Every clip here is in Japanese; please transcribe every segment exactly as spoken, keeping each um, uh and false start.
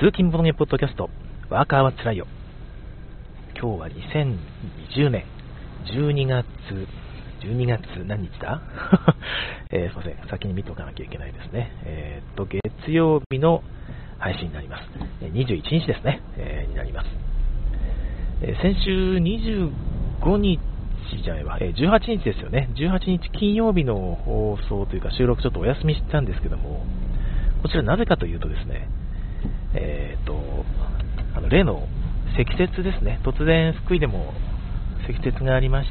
通勤ボトゲポッドキャスト、ワーカーはつらいよ。今日はにせんにじゅうねんじゅうにがつ、じゅうにがつ何日だ、えー、すいません、先に見ておかなきゃいけないですね。えー、っと、月曜日の配信になります。にじゅういちにちですね、えー、になります。えー、先週にじゅうごにちじゃないわ、えー、じゅうはちにちですよね。じゅうはちにち金曜日の放送というか収録ちょっとお休みしたんですけども、こちらなぜかというとですね、えー、っと、あの例の積雪ですね、突然福井でも積雪がありまして、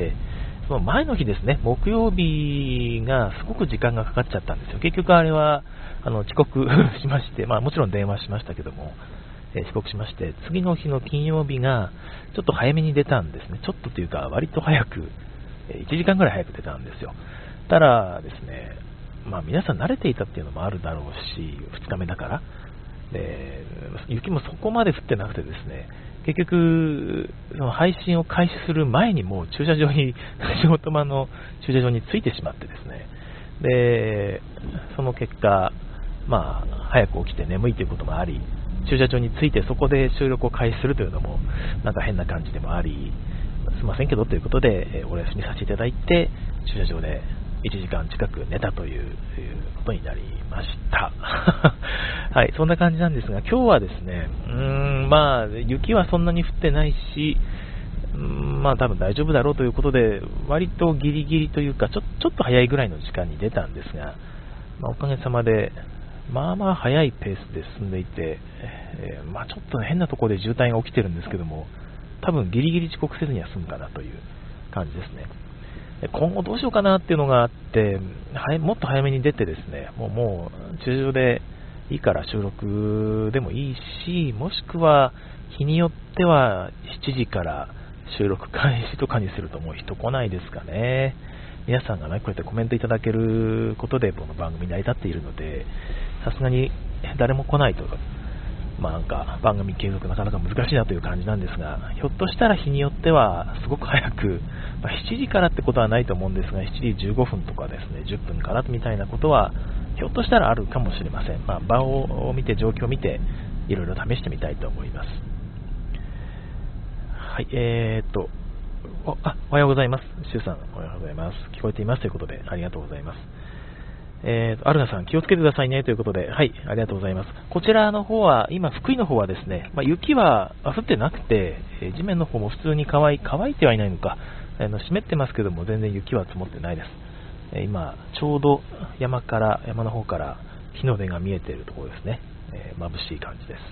その前の日ですね、木曜日がすごく時間がかかっちゃったんですよ。結局あれはあの遅刻しまして、まあもちろん電話しましたけども、えー、遅刻しまして、次の日の金曜日がちょっと早めに出たんですね。ちょっとというか割と早く、えー、いちじかんぐらい早く出たんですよ。ただですね、まあ皆さん慣れていたっていうのもあるだろうし、ふつかめだから、で雪もそこまで降ってなくてですね、結局その配信を開始する前にもう駐車場に仕事場の駐車場に着いてしまってですね、でその結果、まあ早く起きて眠いということもあり、駐車場に着いてそこで収録を開始するというのもなんか変な感じでもあり、すいませんけどということでお休みさせていただいて、駐車場でいちじかん近く寝たということになりました。はい、そんな感じなんですが、今日はですね、うーん、まあ、雪はそんなに降ってないし、うーん、まあ、多分大丈夫だろうということで、割とギリギリというか、ちょ、ちょっと早いぐらいの時間に出たんですが、まあ、おかげさまで、まあまあ早いペースで進んでいて、えー、まあ、ちょっと変なところで渋滞が起きてるんですけども、多分ギリギリ遅刻せずには済むかなという感じですね。今後どうしようかなっていうのがあって、はい、もっと早めに出てですね、もう、もう駐車場でいいから収録でもいいし、もしくは日によってはしちじから収録開始とかにするともう人来ないですかね。皆さんがね、こうやってコメントいただけることでこの番組成り立っているので、さすがに誰も来ないと、まあなんか番組継続なかなか難しいなという感じなんですが、ひょっとしたら日によってはすごく早く、まあ、しちじからってことはないと思うんですが、しちじじゅうごふんとかですね、じゅっぷんからみたいなことはひょっとしたらあるかもしれません。まあ、場を見て状況を見ていろいろ試してみたいと思います。はい、えーっとおあおはようございます。シュウさんおはようございます。聞こえていますということでありがとうございます。えーと、アルナさん気をつけてくださいねということで、はい、ありがとうございます。こちらの方は、今、福井の方はですね、まあ、雪は降ってなくて、えー、地面の方も普通に乾い、乾いてはいないのか、あの湿ってますけども、全然雪は積もってないです。えー、今、ちょうど山から、山の方から日の出が見えているところですね。えー、眩しい感じです。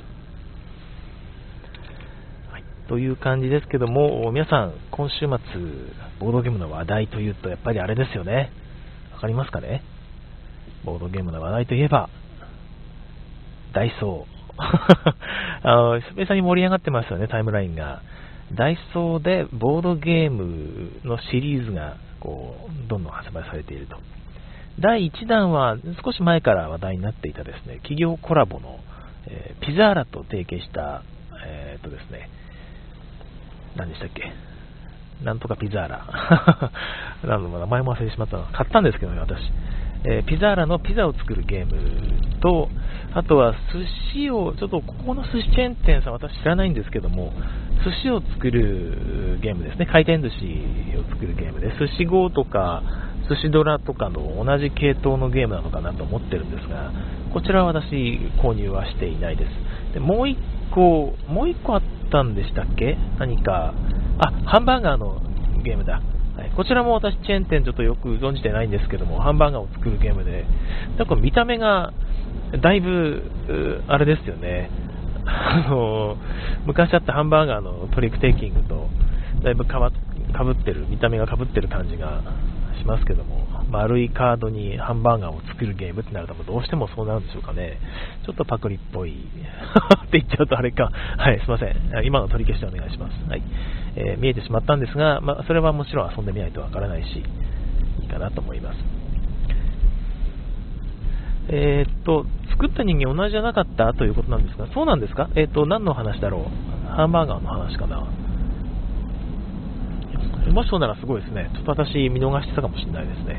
はい、という感じですけども、皆さん、今週末、ボードゲームの話題というと、やっぱりあれですよね。わかりますかね？ボードゲームの話題といえば、ダイソー。あの、久々に盛り上がってますよね、タイムラインが。ダイソーでボードゲームのシリーズが、こう、どんどん発売されていると。だいいちだんは少し前から話題になっていたですね、企業コラボの、えー、ピザーラと提携した、えー、っとですね、何でしたっけ？なんとかピザーラ。なん名前も忘れてしまったの。買ったんですけどね、私。えー、ピザーラのピザを作るゲームと、あとは寿司を、ちょっとここの寿司チェーン店さん、私知らないんですけども、寿司を作るゲームですね。回転寿司を作るゲームで、寿司号とか、寿司ドラとかの同じ系統のゲームなのかなと思ってるんですが、こちらは私購入はしていないです。でもう一個、もう一個あったんでしたっけ？何か、あ、ハンバーガーのゲームだ。はい、こちらも私チェーン店ちょっとよく存じてないんですけども、ハンバーガーを作るゲームで、なんか見た目がだいぶあれですよね。あの昔あったハンバーガーのトリックテイキングとだいぶかぶってる、見た目がかぶってる感じがしますけども、丸いカードにハンバーガーを作るゲームってなるとどうしてもそうなるんでしょうかね。ちょっとパクリっぽいって言っちゃうとあれか。はい、すいません。今の取り消しでお願いします。はい、えー、見えてしまったんですが、まあ、それはもちろん遊んでみないとわからないし、いいかなと思います。えー、っと作った人間同じじゃなかったということなんですが、そうなんですか？えー、っと何の話だろう？ハンバーガーの話かな。もしそうならすごいですね。ちょっと私見逃してたかもしれないですね。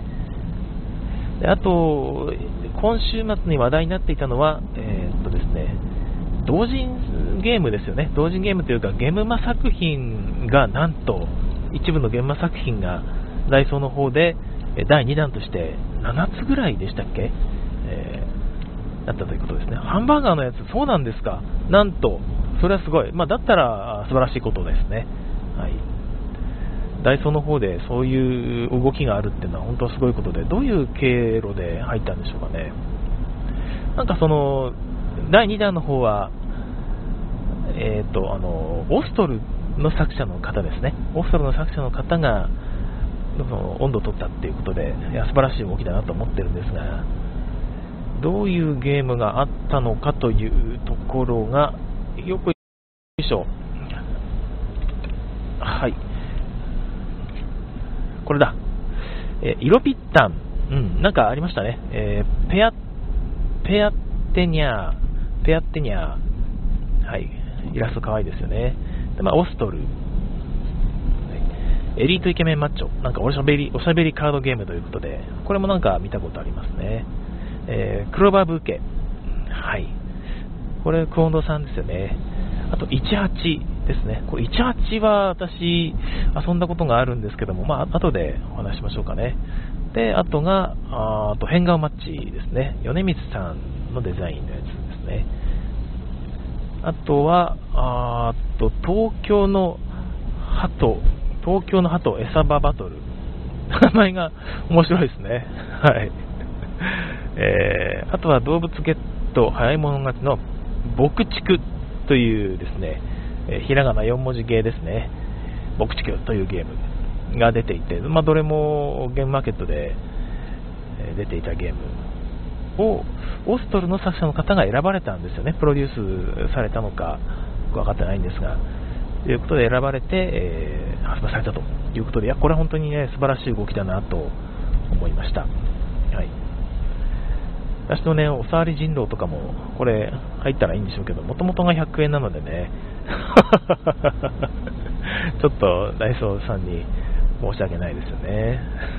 であと今週末に話題になっていたのは、えー、っとですね、 同人ゲームですよね。同人ゲームというか、ゲームマ作品がなんと、一部のゲームマ作品がダイソーの方でだいにだんとしてななつぐらいでしたっけ、えー、だったということですね。ハンバーガーのやつ、そうなんですか。なんと、それはすごい。まあ、だったら素晴らしいことですね。はい。ダイソーの方でそういう動きがあるっていうのは本当すごいことで、どういう経路で入ったんでしょうかね。なんかその、だいにだんの方は、えっと、あの、オストルの作者の方ですね。オストルの作者の方が、その温度を取ったっていうことで、いや素晴らしい動きだなと思ってるんですが、どういうゲームがあったのかというところが、よく、よいしょ。はい。これだ。えー、色ぴったん。うん、なんかありましたね。えー、ペア、ペアテニャー、ペアテニャー。はい。イラスト可愛いですよね。で、まあ、オストル。エリートイケメンマッチョ。なんかおしゃべり、おしゃべりカードゲームということで、これもなんか見たことありますね。えー、クローバーブーケ。はい。これ、クオンドさんですよね。あと、いちはちですね。これ、いちはちは私、遊んだことがあるんですけども、まあ、後でお話ししましょうかね。で、あとが、あと、変顔マッチですね。米光さんのデザインのやつですね。あとは、あと、東京の鳩、東京の鳩餌場バトル。名前が面白いですね。はい。えー、あとは動物ゲット早い者勝ちの牧畜というですね、えー、ひらがなよんもじゲーですね。牧畜というゲームが出ていて、まあ、どれもゲームマーケットで出ていたゲームをオストルの作者の方が選ばれたんですよね。プロデュースされたのか分かってないんですが、ということで選ばれて、えー、発売されたということで、いやこれは本当にね素晴らしい動きだなと思いました。はい。私のね、おさわり人狼とかも、これ、入ったらいいんでしょうけど、もともとがひゃくえんなのでね、ちょっと、ダイソーさんに申し訳ないですよね。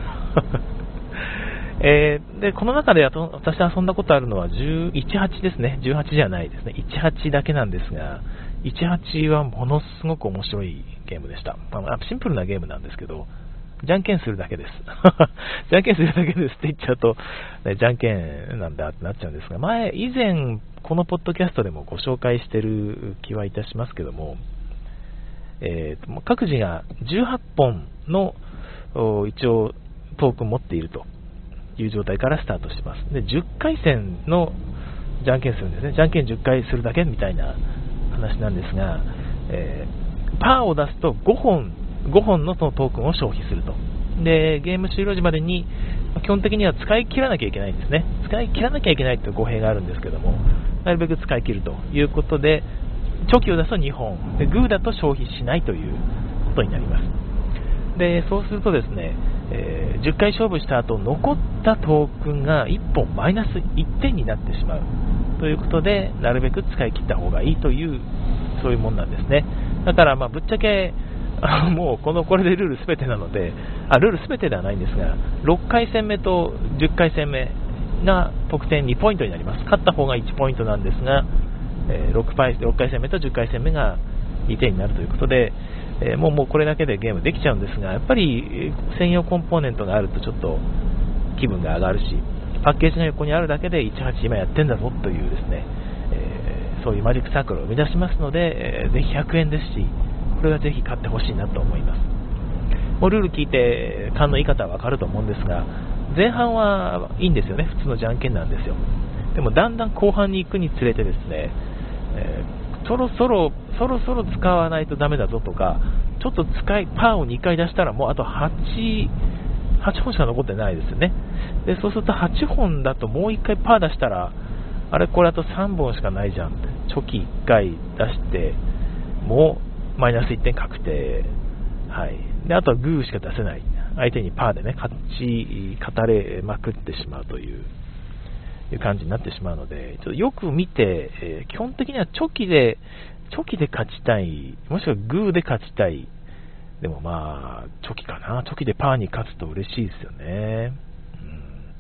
えー、で、この中で私遊んだことあるのは、いちはちですね。じゅうはちじゃないですね。いちはちだけなんですが、いちはちはものすごく面白いゲームでした。まあ、シンプルなゲームなんですけど、じゃんけんするだけです。じゃんけんするだけですって言っちゃうと、ね、じゃんけんなんだってなっちゃうんですが、前、以前、このポッドキャストでもご紹介している気はいたしますけども、えー、各自がじゅうはっぽんの一応トークンを持っているという状態からスタートします。で、じゅっかい戦のじゃんけんするんですね。じゃんけんじゅっかいするだけみたいな話なんですが、えー、パーを出すとごほん、ごほんのそのトークンを消費すると。で、ゲーム終了時までに基本的には使い切らなきゃいけないんですね。使い切らなきゃいけないという語弊があるんですけども、なるべく使い切るということで、チョキを出すとにほん、でグーだと消費しないということになります。で、そうするとですね、えー、じゅっかい勝負した後、残ったトークンがいっぽんマイナスいってんになってしまうということで、なるべく使い切った方がいいという、そういうもんなんですね。だから、まあ、ぶっちゃけ、あもうこのこれでルールすべてなので、あルールすべてではないんですが、ろっかい戦目とじゅっかい戦目が得点にポイントになります。勝った方がいちポイントなんですが、えー、ろっかい戦目とじゅっかい戦目がにてんになるということで、えー、もうもうこれだけでゲームできちゃうんですが、やっぱり専用コンポーネントがあるとちょっと気分が上がるし、パッケージが横にあるだけでいちはち今やってんだぞというですね、えー、そういうマジックサークルを生み出しますので、えー、ぜひひゃくえんですし、これはぜひ買ってほしいなと思います。もうルール聞いて勘のいい方はわかると思うんですが、前半はいいんですよね。普通のじゃんけんなんですよ。でもだんだん後半に行くにつれてですね、えー、そろそろそろそろ使わないとダメだぞとか、ちょっと使いパーをにかい出したらもうあとはち、はちほんしか残ってないですよね。でそうするとはちほんだともういっかいパー出したら、あれこれあとさんぼんしかないじゃんって、チョキいっかい出してもうマイナスいってん確定、はい、であとはグーしか出せない、相手にパーでね勝ち勝たれまくってしまうといういう感じになってしまうので、ちょっとよく見て、えー、基本的にはチョキでチョキで勝ちたい、もしくはグーで勝ちたい、でもまあチョキかな、チョキでパーに勝つと嬉しいですよね。うん、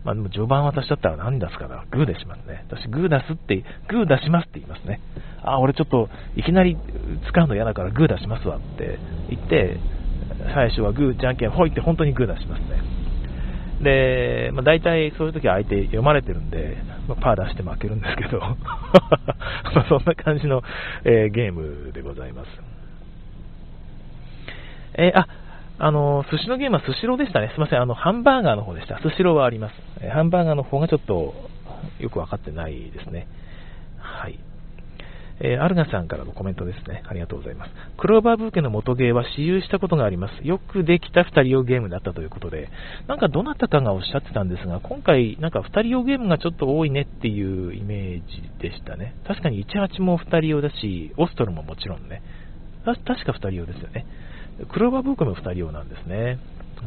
まあ、でも序盤私だったら何出すかな、グーでしますね。私、グー出すって、グー出しますって言いますね。あ、俺ちょっといきなり使うの嫌だからグー出しますわって言って、最初はグー、じゃんけん、ほいって本当にグー出しますね。で、まあ、大体そういう時は相手読まれてるんで、まあ、パー出して負けるんですけど、まあそんな感じの、えー、ゲームでございます。えー、あ、あの、寿司のゲームはスシローでしたね。すいません、あの、ハンバーガーの方でした。スシローはあります。えー、ハンバーガーの方がちょっとよくわかってないですね。はい。えー、アルガさんからのコメントですね。ありがとうございます。クローバーブーケの元ゲーは私有したことがあります。よくできたふたり用ゲームだったということで、なんかどなたかがおっしゃってたんですが、今回なんかふたり用ゲームがちょっと多いねっていうイメージでしたね。確かにじゅうはちもふたり用だし、オストルももちろんね。確かふたり用ですよね。クローバーブーケもふたり用なんですね。うん、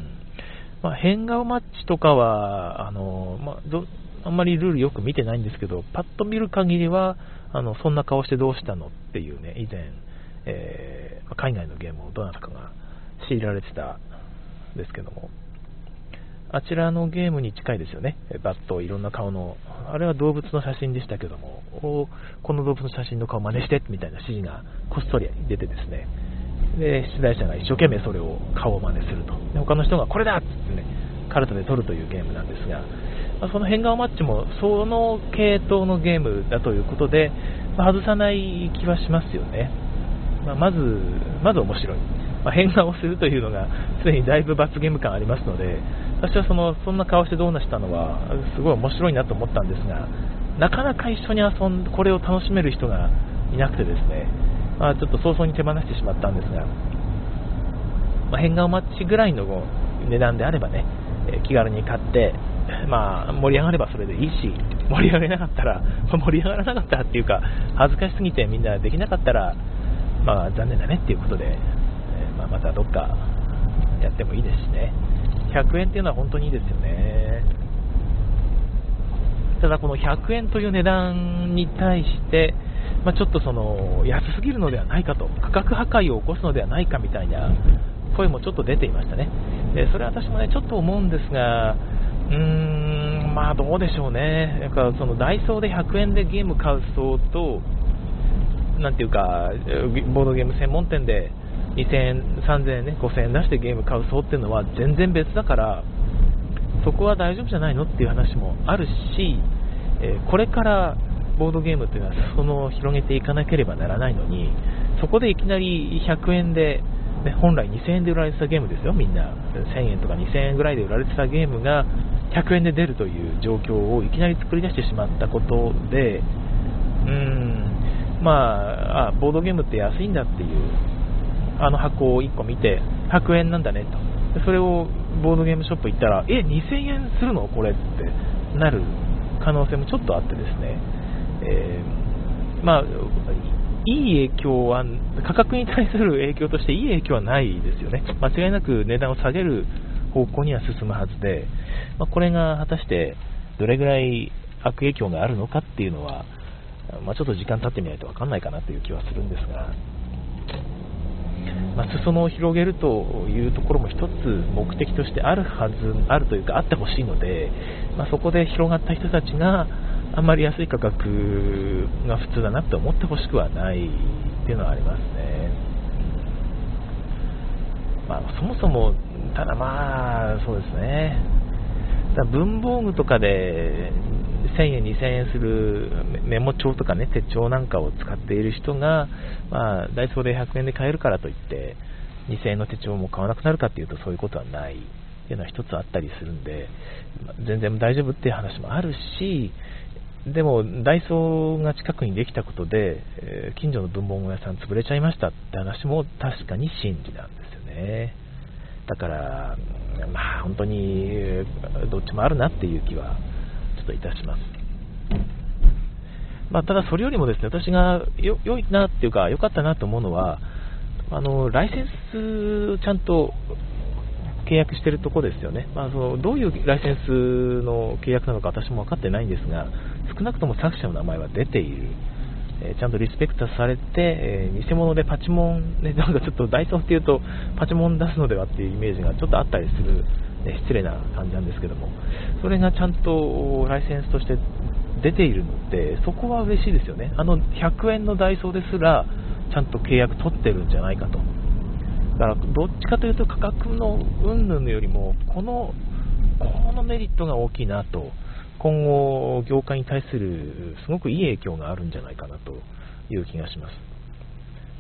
まあ、変顔マッチとかは、あの、まあ、どあんまりルールよく見てないんですけど、パッと見る限りは、あのそんな顔してどうしたのっていうね、以前、えー、海外のゲームをどなたかが強いられてたんですけども、あちらのゲームに近いですよね。バッといろんな顔の、あれは動物の写真でしたけども、この動物の写真の顔を真似してみたいな指示がこっそり出てですね、で出題者が一生懸命それを顔を真似すると、で他の人がこれだっつってね、カルタで取るというゲームなんですが、まあ、その変顔マッチもその系統のゲームだということで、まあ、外さない気はしますよね。まあ、まずまず面白い、まあ、変顔をするというのがすでにだいぶ罰ゲーム感ありますので、私はそのそんな顔してどうなしたのはすごい面白いなと思ったんですが、なかなか一緒に遊んこれを楽しめる人がいなくてですね、まあ、ちょっと早々に手放してしまったんですが、まあ、変顔マッチぐらいの値段であればね、えー、気軽に買って、まあ、盛り上がればそれでいいし、盛り上がれなかったら、まあ、盛り上がらなかったらっていうか、恥ずかしすぎてみんなできなかったら、まあ、残念だねっていうことで、えーまあ、またどっかやってもいいですしね。ひゃくえんっていうのは本当にいいですよね。ただこのひゃくえんという値段に対して、まあ、ちょっとその安すぎるのではないかと、価格破壊を起こすのではないかみたいな声もちょっと出ていましたね。でそれは私もねちょっと思うんですが、うーんまあどうでしょうね。やっぱそのダイソーでひゃくえんでゲーム買う層と、なんていうかボードゲーム専門店でにせんえん、さんぜんえんね、ごせんえん出してゲーム買う層っていうのは全然別だから、そこは大丈夫じゃないのっていう話もあるし、えー、これからボードゲームというのはその広げていかなければならないのに、そこでいきなりひゃくえんで、ね、本来にせんえんで売られてたゲームですよ、みんなせんえんとかにせんえんぐらいで売られてたゲームがひゃくえんで出るという状況をいきなり作り出してしまったことで、うーんまあ、あボードゲームって安いんだっていう、あの箱をいっこ見てひゃくえんなんだねと、それをボードゲームショップ行ったら、えにせんえんするのこれってなる可能性もちょっとあってですね、えー、まあいい影響は、価格に対する影響としていい影響はないですよね。間違いなく値段を下げる方向には進むはずで、まあ、これが果たしてどれぐらい悪影響があるのかっていうのは、まあ、ちょっと時間経ってみないと分かんないかなという気はするんですが、まあ、裾野を広げるというところも一つ目的としてあるはず、あるというかあってほしいので、まあ、そこで広がった人たちがあんまり安い価格が普通だなと思ってほしくはないっていうのはありますね。まあ、そもそもただまあそうですね、だ文房具とかでせんえんにせんえんするメモ帳とかね、手帳なんかを使っている人が、まあ、ダイソーでひゃくえんで買えるからといってにせんえんの手帳も買わなくなるかっていうとそういうことはないっていうのは一つあったりするんで、全然大丈夫っていう話もあるし、でもダイソーが近くにできたことで、えー、近所の文房具屋さん潰れちゃいましたって話も確かに真理なんですよね。だからまあ本当にどっちもあるなっていう気はちょっといたします。まあ、ただそれよりもですね、私がよ良いなっていうか良かったなと思うのは、あのライセンスちゃんと契約しているところですよね。まあ、そのどういうライセンスの契約なのか私も分かってないんですが、少なくとも作者の名前は出ている、えー、ちゃんとリスペクトされて、えー、偽物でパチモン、ね、なんかちょっとダイソーっていうとパチモン出すのではっていうイメージがちょっとあったりするね、失礼な感じなんですけども、それがちゃんとライセンスとして出ているので、そこは嬉しいですよね。あのひゃくえんのダイソーですらちゃんと契約取ってるんじゃないかと。だからどっちかというと価格の云々よりもこのこのメリットが大きいなと、今後業界に対するすごくいい影響があるんじゃないかなという気がします。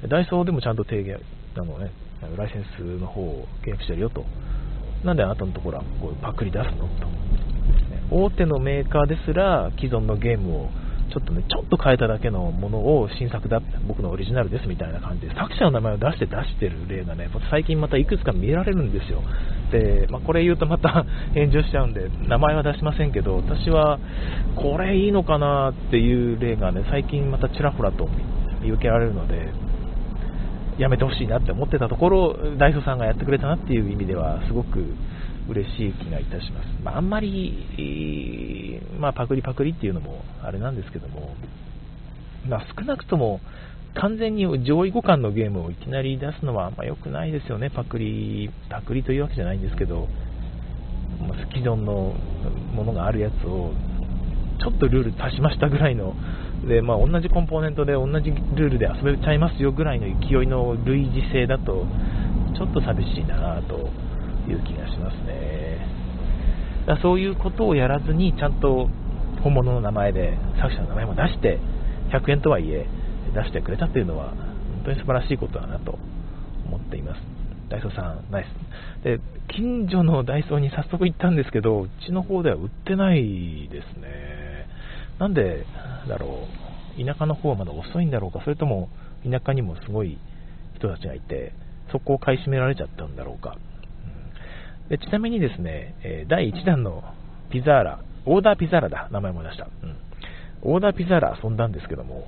ダイソーでもちゃんと提言あの、ね、ライセンスの方を契約してるよと。なんであなたのところはこうパクリ出すのと。大手のメーカーですら既存のゲームをちょっとね、ちょっと変えただけのものを新作だ、僕のオリジナルですみたいな感じで作者の名前を出して出してる例がね、最近またいくつか見られるんですよ。で、まあ、これ言うとまた炎上しちゃうんで名前は出しませんけど、私はこれいいのかなっていう例がね、最近またちらほらと見受けられるので、やめてほしいなって思ってたところ、ダイソーさんがやってくれたなっていう意味ではすごく嬉しい気がいたします。まあ、あんまり、まあ、パクリパクリっていうのもあれなんですけども、まあ、少なくとも完全に上位互換のゲームをいきなり出すのはあんま良くないですよね。パクリパクリというわけじゃないんですけど、まあ、既存のものがあるやつをちょっとルール足しましたぐらいので、まあ、同じコンポーネントで同じルールで遊べちゃいますよぐらいの勢いの類似性だとちょっと寂しいなという気がしますね。だからそういうことをやらずにちゃんと本物の名前で作者の名前も出してひゃくえんとはいえ出してくれたというのは本当に素晴らしいことだなと思っています。ダイソーさんナイスで、近所のダイソーに早速行ったんですけど、うちの方では売ってないですね。なんでだろう、田舎の方はまだ遅いんだろうか、それとも田舎にもすごい人たちがいてそこを買い占められちゃったんだろうか。でちなみにですね、えー、だいいちだんのピザーラ、オーダーピザーラだ、名前も出した、うん、オーダーピザーラ遊んだんですけども、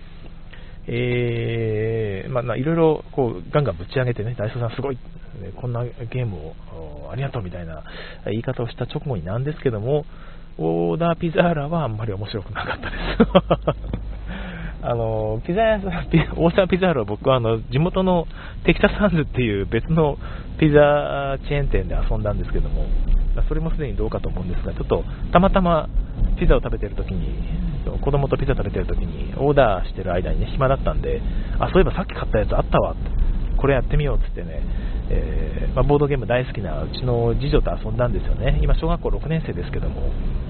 えー、まあ、いろいろこうガンガンぶち上げてね、ダイソーさんすごい、ね、こんなゲームをありがとうみたいな言い方をした直後になんですけども、オーダーピザーラはあんまり面白くなかったですあのピザ屋さん、オーダーピザーラは僕はあの地元のテキサスハンズっていう別のピザチェーン店で遊んだんですけども、それもすでにどうかと思うんですが、ちょっとたまたまピザを食べてるときに、子供とピザ食べてるときにオーダーしてる間にね、暇だったんで、あ、そういえばさっき買ったやつあったわ、これやってみようっつってね、えーまあ、ボードゲーム大好きなうちの次女と遊んだんですよね。今小学校ろくねん生ですけども、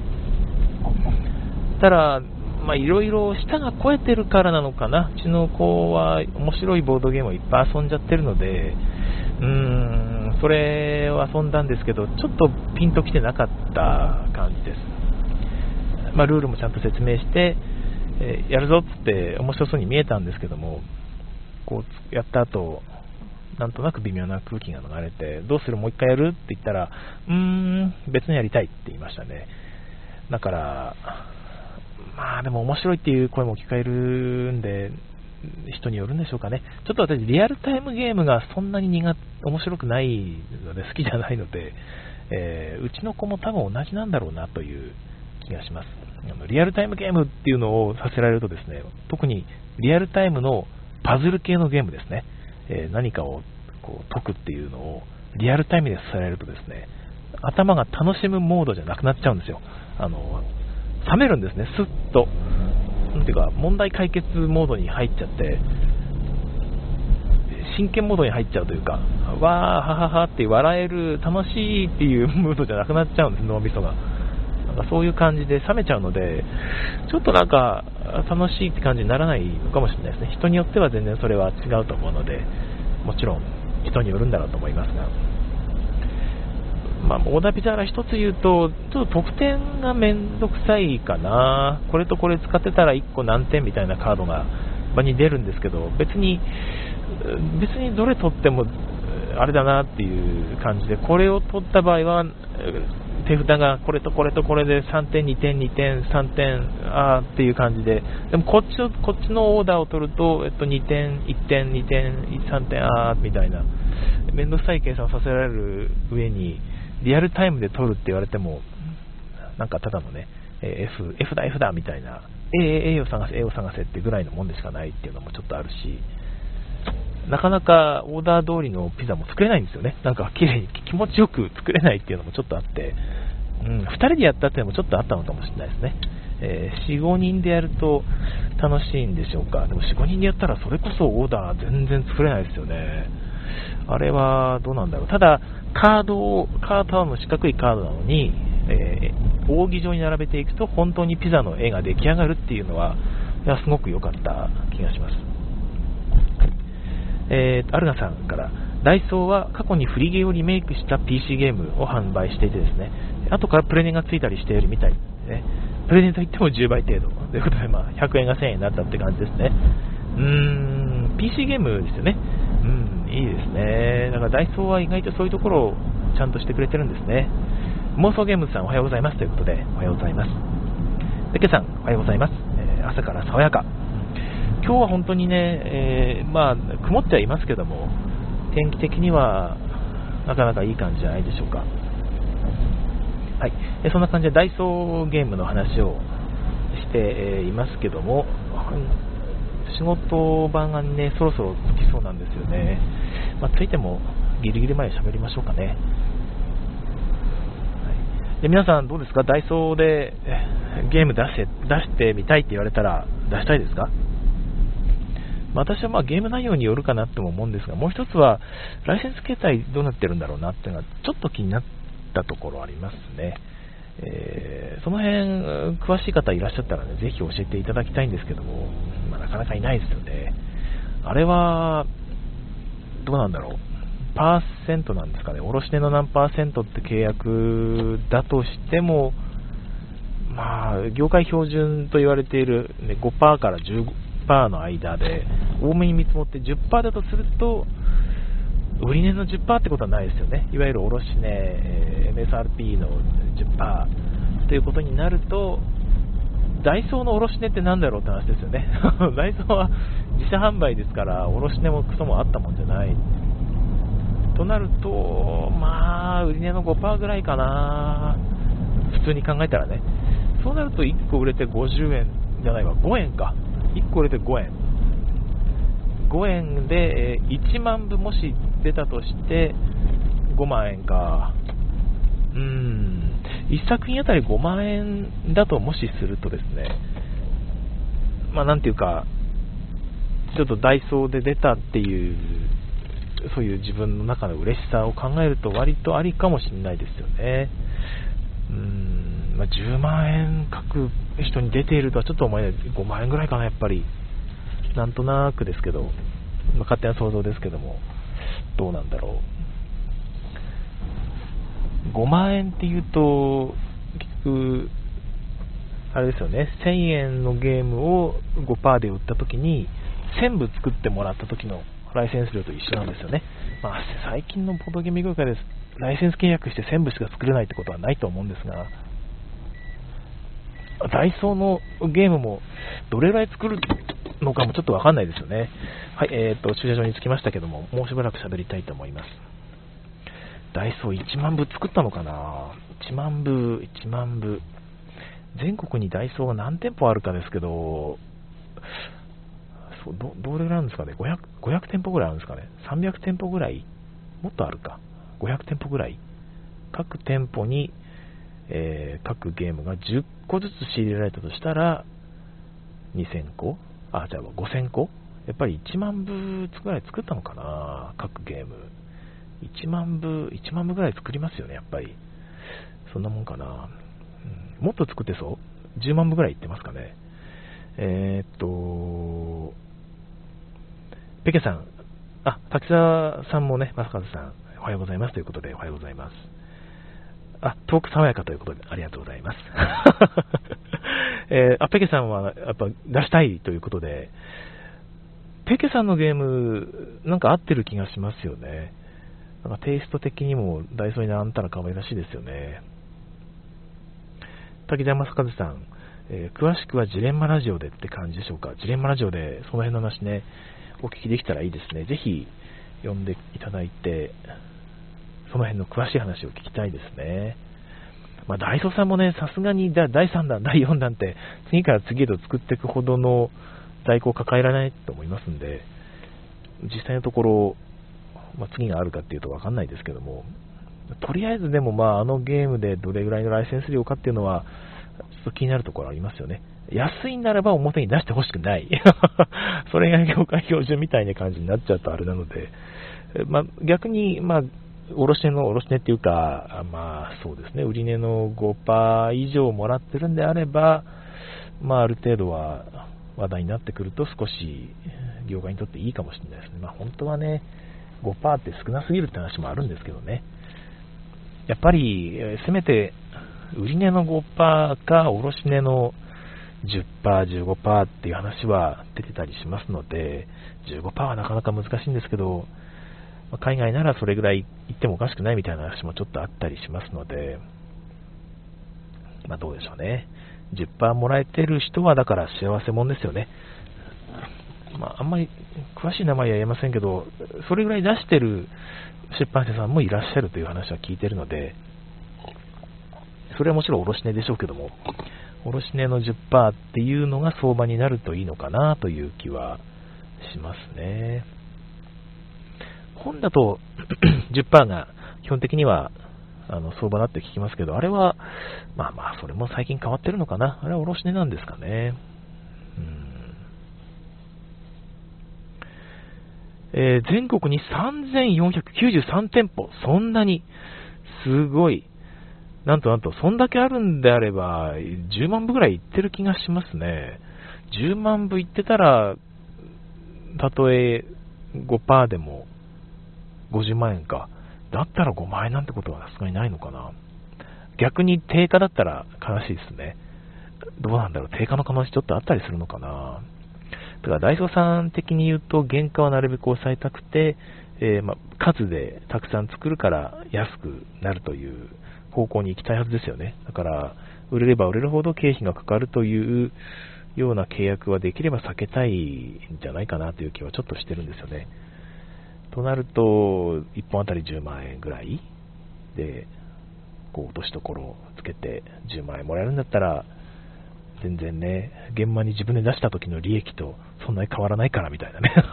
ただまあいろいろ舌が肥えてるからなのかな、うちの子は面白いボードゲームをいっぱい遊んじゃってるので、うーん、それを遊んだんですけど、ちょっとピンときてなかった感じです。まあ、ルールもちゃんと説明して、えー、やるぞっつって面白そうに見えたんですけども、こうやった後なんとなく微妙な空気が流れて、どうする、もう一回やるって言ったら、うーん、別にやりたいって言いましたね。だからまあでも面白いっていう声も聞かれるんで、人によるんでしょうかね。ちょっと私リアルタイムゲームがそんなに苦面白くないので、好きじゃないので、えー、うちの子も多分同じなんだろうなという気がします。あのリアルタイムゲームっていうのをさせられるとですね、特にリアルタイムのパズル系のゲームですね、えー、何かをこう解くっていうのをリアルタイムでさせられるとですね、頭が楽しむモードじゃなくなっちゃうんですよ。あの冷めるんですね、スッと。なんていうか、問題解決モードに入っちゃって、真剣モードに入っちゃうというか、わー、はははって笑える、楽しいっていうムードじゃなくなっちゃうんです、脳みそが。なんかそういう感じで冷めちゃうので、ちょっとなんか楽しいって感じにならないのかもしれないですね。人によっては全然それは違うと思うので、もちろん人によるんだろうと思いますが。まあ、オーダーピザーラ一つ言うと、ちょっと得点がめんどくさいかな。これとこれ使ってたらいっこ何点みたいなカードが場に出るんですけど、別に別にどれ取ってもあれだなっていう感じで、これを取った場合は手札がこれとこれとこれでさんてん、にてん、にてん、さんてん、あーっていう感じで、でもこっちのこっちのオーダーを取ると、えっと、にてん、いってん、にてん、さんてん、あーみたいなめんどくさい計算をさせられる上に、リアルタイムで取るって言われても、なんかただのね、F、F だ F だみたいな、A、A を探せ A を探せってぐらいのもんでしかないっていうのもちょっとあるし、 なかなかオーダー通りのピザも作れないんですよね。なんか綺麗に気持ちよく作れないっていうのもちょっとあって、うん、ふたりでやったっていうのもちょっとあったのかもしれないですね。えー、よん、ごにんでやると楽しいんでしょうか。でもよん、ごにんでやったらそれこそオーダー全然作れないですよね。あれはどうなんだろう。ただカードを、カードの四角いカードなのに、えー、扇状に並べていくと本当にピザの絵が出来上がるっていうのは、いやすごく良かった気がします。えー、アルナさんから、ダイソーは過去にフリゲをリメイクした ピーシー ゲームを販売していてですね、後からプレネがついたりしているみたいですね。プレゼントいってもじゅうばい程度ということで、まあ、ひゃくえんがせんえんになったって感じですね。うーん、ピーシー ゲームですよね。うん、いいですね。だからダイソーは意外とそういうところをちゃんとしてくれてるんですね。妄想ゲームズさんおはようございますということで、おはようございます。ペケさんおはようございます。えー、朝から爽やか。今日は本当にね、えー、まあ、曇ってはいますけども、天気的にはなかなかいい感じじゃないでしょうか。はい、えそんな感じでダイソーゲームの話をしていますけども、仕事場がねそろそろつきそうなんですよね。まあ、ついてもギリギリまで喋りましょうかね。はい、で皆さんどうですか？ダイソーでゲーム出して出してみたいって言われたら出したいですか？私はまあゲーム内容によるかなとも思うんですが、もう一つはライセンス形態どうなってるんだろうなっていうのがちょっと気になったところありますね。えー、その辺詳しい方いらっしゃったらね、ぜひ教えていただきたいんですけども、まあ、なかなかいないですよね。あれはどうなんだろう、パーセントなんですかね。卸値の何パーセントって契約だとしても、まあ業界標準と言われている、ね、ごパーセントからじゅうごパーセントの間で多めに見積もって じゅっパーセント だとすると、売値の じゅっパーセント ってことはないですよね。いわゆる卸値、えー、エムエスアールピー の じゅっパーセント ということになると、ダイソーの卸値って何だろうって話ですよね。ダイソーは自社販売ですから、卸値もクソもあったもんじゃないとなると、まあ売値の ごパーセント ぐらいかな、普通に考えたらね。そうなるといっこ売れてごじゅうえんじゃないわ、ごえんか。いっこ売れてごえん、ごえんでいちまんぶもし出たとしてごまんえんか。うーん、いっさく品あたりごまんえんだともしするとですね、まあなんていうか、ちょっとダイソーで出たっていうそういう自分の中の嬉しさを考えると割とありかもしれないですよね。うーん、まあ、じゅうまんえん各人に出ているとはちょっと思えない。ごまんえんぐらいかな、やっぱり。なんとなくですけど、まあ、勝手な想像ですけども、どうなんだろう。ごまんえんっていうと、結局、あれですよね、せんえんのゲームを ごパーセント で売ったときに、せんぶ作ってもらった時のライセンス料と一緒なんですよね。まあ、最近のボードゲーム業界です。ライセンス契約してせんぶしか作れないってことはないと思うんですが、ダイソーのゲームもどれぐらい作るのかもちょっとわかんないですよね。はい、えーと、駐車場に着きましたけども、もうしばらく喋りたいと思います。ダイソーいちまんぶ作ったのかな？ いち 万部、いちまんぶ。全国にダイソーが何店舗あるかですけど、そうど、どれぐらいあるんですかね。ごひゃく、ごひゃく店舗ぐらいあるんですかね。さんびゃく店舗ぐらい、もっとあるか。ごひゃく店舗ぐらい。各店舗に、えー、各ゲームがじゅっこずつ仕入れられたとしたら、にせんこ、あ、じゃあごせんこ、やっぱりいちまんぶぐらい作ったのかな、各ゲーム。いちまんぶ、いちまんぶぐらい作りますよね、やっぱり。そんなもんかな。うん、もっと作ってそう？ じゅう 万部ぐらいいってますかね。えー、っと、ペケさん、あ、滝沢さんもね、正和さん、おはようございますということで、おはようございます。あ、トーク爽やかということで、ありがとうございます。えー、あ、ペケさんはやっぱ出したいということで、ペケさんのゲーム、なんか合ってる気がしますよね。なんかテイスト的にもダイソーに並んだら可愛らしいですよね。滝沢正和さん、えー、詳しくはジレンマラジオでって感じでしょうか。ジレンマラジオでその辺の話ね、お聞きできたらいいですね。ぜひ読んでいただいて、その辺の詳しい話を聞きたいですね。まあ、ダイソーさんもね、さすがにだいさんだん、だいよんだんって次から次へと作っていくほどの在庫を抱えられないと思いますんで、 実際のところ、まあ、次があるかっていうと分かんないですけども、とりあえずでも、まあ、あのゲームでどれぐらいのライセンス料かっていうのは、ちょっと気になるところありますよね。安いならば表に出してほしくない。それが業界標準みたいな感じになっちゃうとあれなので、まあ、逆に、まあ、卸値の、卸値っていうか、まあそうですね、売値の ごパーセント 以上もらってるんであれば、まあある程度は話題になってくると少し業界にとっていいかもしれないですね。まあ本当はね、ごパーセント って少なすぎるって話もあるんですけどね。やっぱり、せめて売値の ごパーセント か卸値のじゅっパーセント、じゅうごパーセント っていう話は出てたりしますので、じゅうごパーセント はなかなか難しいんですけど、海外ならそれぐらい行ってもおかしくないみたいな話もちょっとあったりしますので、まあどうでしょうね。じゅっパーセント もらえてる人はだから幸せもんですよね。まああんまり詳しい名前は言えませんけど、それぐらい出してる出版社さんもいらっしゃるという話は聞いてるので、それはもちろん卸値でしょうけども、卸値の じゅっパーセント っていうのが相場になるといいのかなという気はしますね。本だと じゅっパーセント が基本的にはあの相場だって聞きますけど、あれはまあまあそれも最近変わってるのかな。あれは卸値なんですかね。うん、えー、全国にさんぜんよんひゃくきゅうじゅうさんてんぽ、そんなにすごい。なんとなんと、そんだけあるんであればじゅうまんぶぐらいいってる気がしますね。じゅうまんぶいってたら、たとえ ごパーセント でもごじゅうまんえんか。だったらごまんえんなんてことはさすがにないのかな。逆に定価だったら悲しいですね。どうなんだろう、定価の可能性ちょっとあったりするのかな。だからダイソーさん的に言うと、原価はなるべく抑えたくて、えーま、数でたくさん作るから安くなるという方向に行きたいはずですよね。だから売れれば売れるほど経費がかかるというような契約はできれば避けたいんじゃないかなという気はちょっとしてるんですよね。となると、いっぽんあたりじゅうまんえんぐらいで、こう落としどころをつけてじゅうまんえんもらえるんだったら、全然ね、現場に自分で出した時の利益とそんなに変わらないからみたいなね。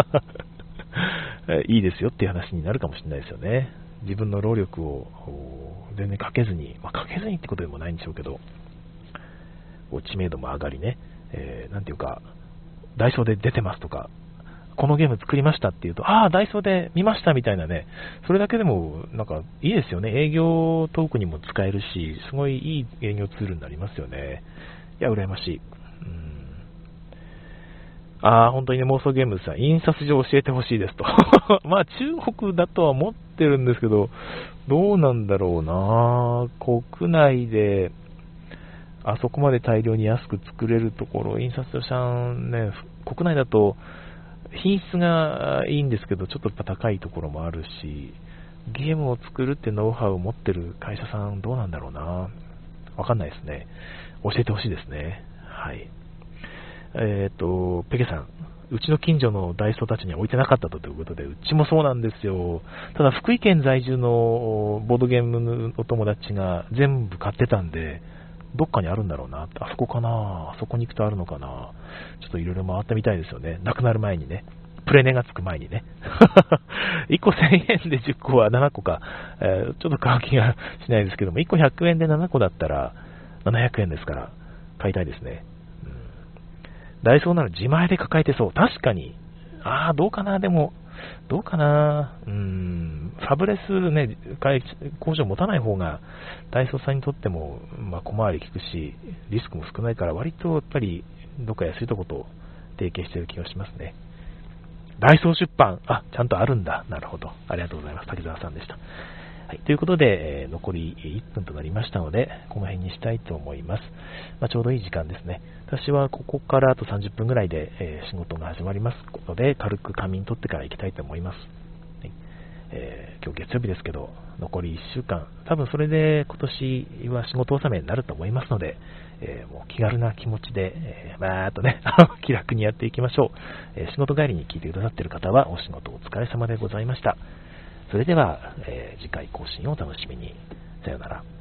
いいですよっていう話になるかもしれないですよね。自分の労力を全然かけずに、まあ、かけずにってことでもないんでしょうけど、知名度も上がりね、えー、なんていうか、ダイソーで出てますとか、このゲーム作りましたっていうと、ああ、ダイソーで見ましたみたいなね、それだけでもなんかいいですよね。営業トークにも使えるし、すごいいい営業ツールになりますよね。いや、羨ましい。うん、ああ、本当にね、妄想ゲームさん、印刷所教えてほしいですと。まあ、中国だとは思ってるんですけど、どうなんだろうな。国内で、あそこまで大量に安く作れるところ、印刷所さんね、国内だと、品質がいいんですけど、ちょっと高いところもあるし、ゲームを作るってノウハウを持ってる会社さん、どうなんだろうな。わかんないですね。教えてほしいですね。はい。えっと、ペケさん、うちの近所のダイソーたちには置いてなかったということで、うちもそうなんですよ。ただ、福井県在住のボードゲームのお友達が全部買ってたんで、どっかにあるんだろうな。あそこかな。あそこに行くとあるのかな。ちょっといろいろ回ってみたいですよね。なくなる前にね。プレネがつく前にね。いっこせんえんでじゅっこはななこか。えー、ちょっと買う気がしないですけども、いっこひゃくえんでななこだったらななひゃくえんですから、買いたいですね。うん、ダイソーなら自前で抱えてそう。確かに。ああ、どうかな。でも、どうかな。うーん、ファブレスね、工場持たない方が、ダイソーさんにとっても、まあ、小回り効くし、リスクも少ないから、割とやっぱり、どっか安いとこと提携している気がしますね。ダイソー出版、あ、ちゃんとあるんだ。なるほど。ありがとうございます。滝沢さんでした。はい、ということで、えー、残りいっぷんとなりましたので、この辺にしたいと思います。まあ、ちょうどいい時間ですね。私はここからあとさんじゅっぷんぐらいで、えー、仕事が始まりますので、軽く仮眠取ってから行きたいと思います。はい、えー、今日月曜日ですけど、残りいっしゅうかん、多分それで今年は仕事納めになると思いますので、えー、もう気軽な気持ちで、えー、ばーっとね、気楽にやっていきましょう。えー、仕事帰りに聞いてくださっている方は、お仕事お疲れ様でございました。それでは、えー、次回更新をお楽しみに。さようなら。